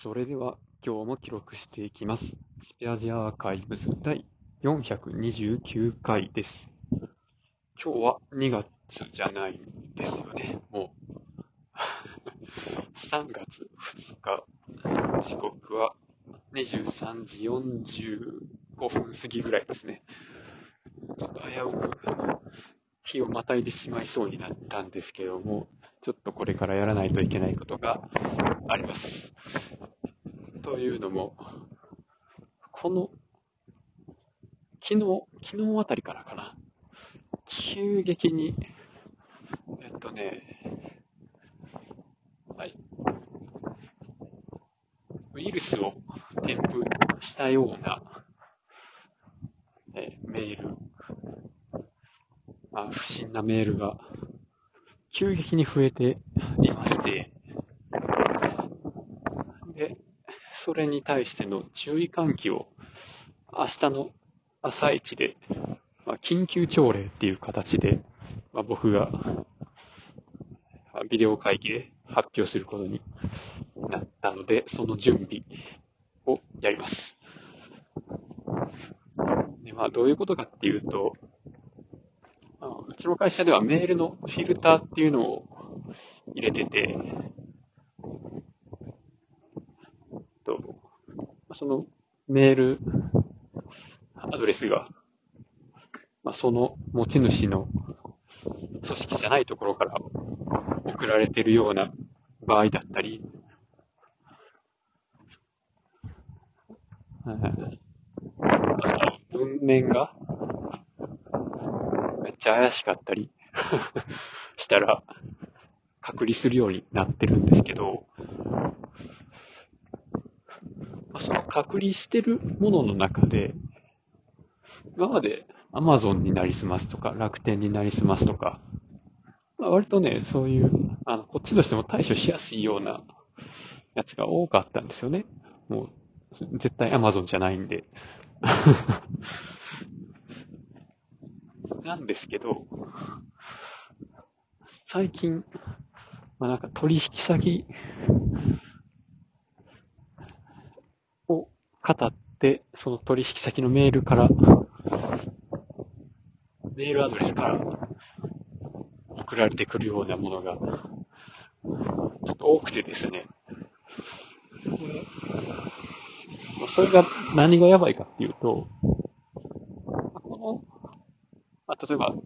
それでは今日も記録していきます。スペアジアーカイブズ第429回です。今日は2月じゃないんですよね。もう3月2日、時刻は23時45分過ぎぐらいですね。ちょっと危うく日をまたいでしまいそうになったんですけども、ちょっとこれからやらないといけないことがあります。というのも、この昨日あたりからかな。急激に、えっとね、はい、ウイルスを添付したような、メール、不審なメールが急激に増えていまして、で、それに対しての注意喚起を明日の朝一で、緊急朝礼っていう形で、僕がビデオ会議で発表することになったので、その準備をやります。で、どういうことかっていうと、うちの会社ではメールのフィルターっていうのを入れてて、そのメールアドレスが、その持ち主の組織じゃないところから送られているような場合だったり、文面がめっちゃ怪しかったりしたら隔離するようになってるんですけど、その隔離してるものの中で、今まで Amazon になりすますとか、楽天になりすますとか、割とね、そういう、こっちとしても対処しやすいようなやつが多かったんですよね。もう、絶対 Amazon じゃないんで。なんですけど、最近、なんか取引先を語って、その取引先のメールから、メールアドレスから送られてくるようなものが、ちょっと多くてですね。それが何がやばいかっていうと、この、例えば、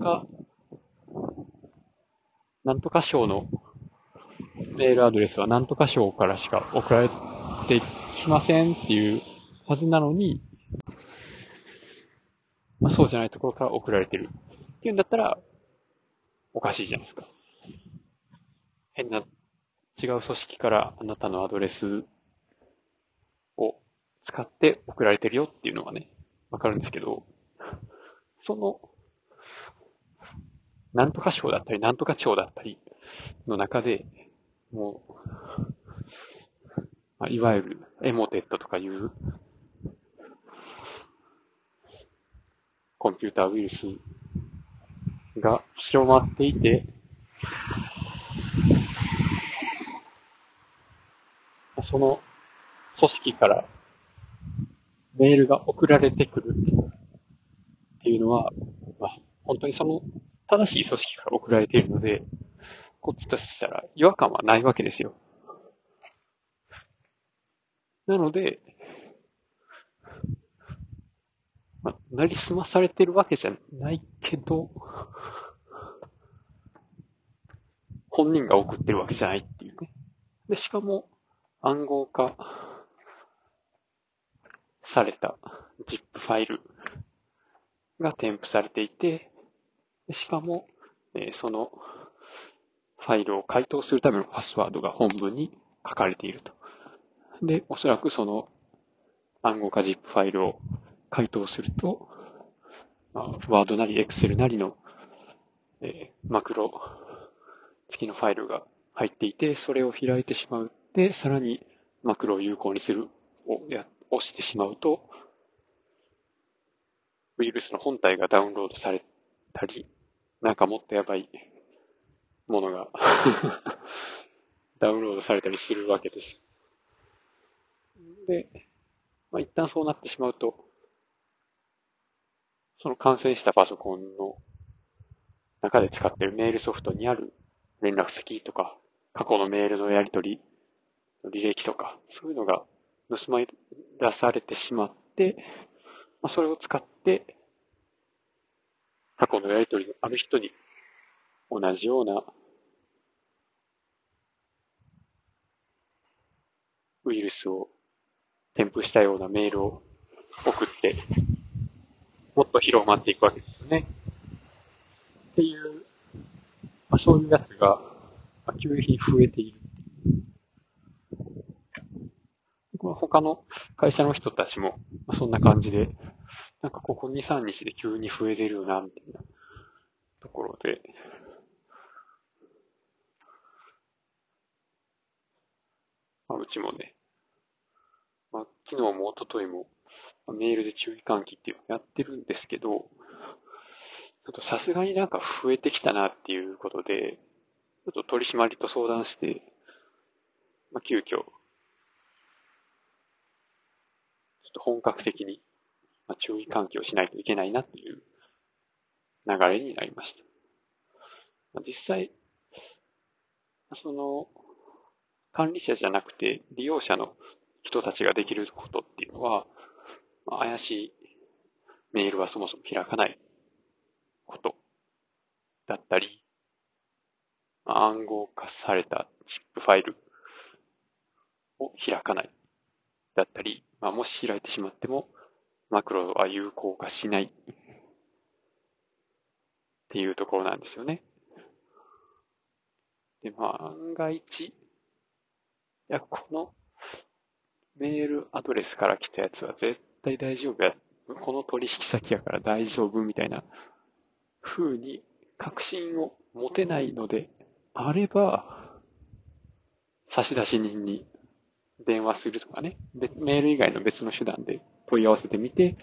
なんとか省のメールアドレスはなんとか省からしか送られてきませんっていうはずなのに、そうじゃないところから送られてるっていうんだったら、おかしいじゃないですか。変な違う組織からあなたのアドレスを使って送られてるよっていうのはね、わかるんですけど、その、なんとか省だったり、なんとか庁だったりの中で、もう、いわゆるエモテットとかいうコンピューターウイルスが広まっていて、その組織からメールが送られてくるっていうのは、本当にその正しい組織から送られているので、こっちとしたら違和感はないわけですよ。なので、なりすまされてるわけじゃないけど、本人が送ってるわけじゃないっていうね。で、しかも暗号化された ZIP ファイルが添付されていて、しかも、そのファイルを解凍するためのパスワードが本文に書かれていると。で、おそらくその暗号化 ZIP ファイルを解凍すると、ワードなり Excel なりの、マクロ付きのファイルが入っていて、それを開いてしまう。で、さらにマクロを有効にするを押してしまうと、ウイルスの本体がダウンロードされたり、なんかもっとやばいものがダウンロードされたりするわけです。 で、一旦そうなってしまうと、その感染したパソコンの中で使っているメールソフトにある連絡先とか、過去のメールのやり取り、履歴とか、そういうのが盗まれ出されてしまって、それを使って過去のやり取りのある人に同じようなウイルスを添付したようなメールを送って、もっと広まっていくわけですよね。っていう、そういうやつが、急激に増えている。他の会社の人たちも、そんな感じで、なんかここ2、3日で急に増えてるよな、みたいなところで、うちもね、昨日も一昨日もメールで注意喚起っていうのをやってるんですけど、ちょっとさすがになんか増えてきたなっていうことで、ちょっと取締りと相談して、急遽、ちょっと本格的に、注意喚起をしないといけないなっていう流れになりました。実際、その、管理者じゃなくて利用者の人たちができることっていうのは、怪しいメールはそもそも開かないことだったり、暗号化されたチップファイルを開かないだったり、もし開いてしまってもマクロは有効化しないっていうところなんですよね。で、万が一、このメールアドレスから来たやつは絶対大丈夫や。この取引先やから大丈夫みたいな風に確信を持てないのであれば、差出人に電話するとかね、メール以外の別の手段で問い合わせてみて、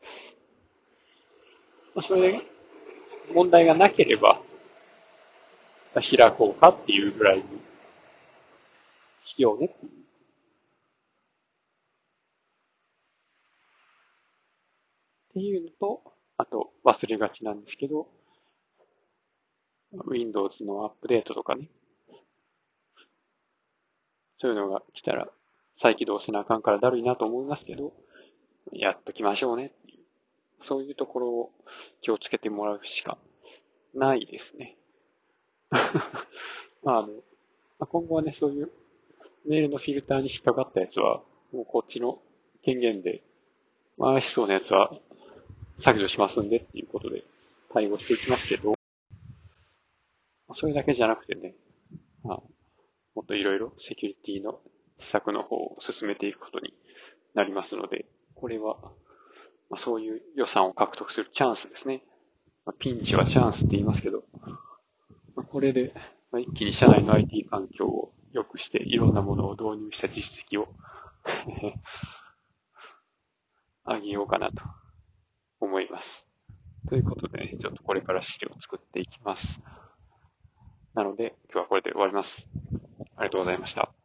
それで問題がなければ開こうかっていうぐらいにしようねっていうのと、あと忘れがちなんですけど、Windows のアップデートとかね、そういうのが来たら再起動せなあかんからだるいなと思いますけど、やっときましょうねっていう、そういうところを気をつけてもらうしかないですね。まあ、今後はね、そういうメールのフィルターに引っかかったやつは、もうこっちの権限で、怪しそうなやつは削除しますんでっていうことで対応していきますけど、それだけじゃなくてね、もっといろいろセキュリティの施策の方を進めていくことになりますので、これは、そういう予算を獲得するチャンスですね。ピンチはチャンスって言いますけど、これで一気に社内の IT 環境を良くしていろんなものを導入した実績を上げようかなと思います。ということでね、ちょっとこれから資料を作っていきます。なので、今日はこれで終わります。ありがとうございました。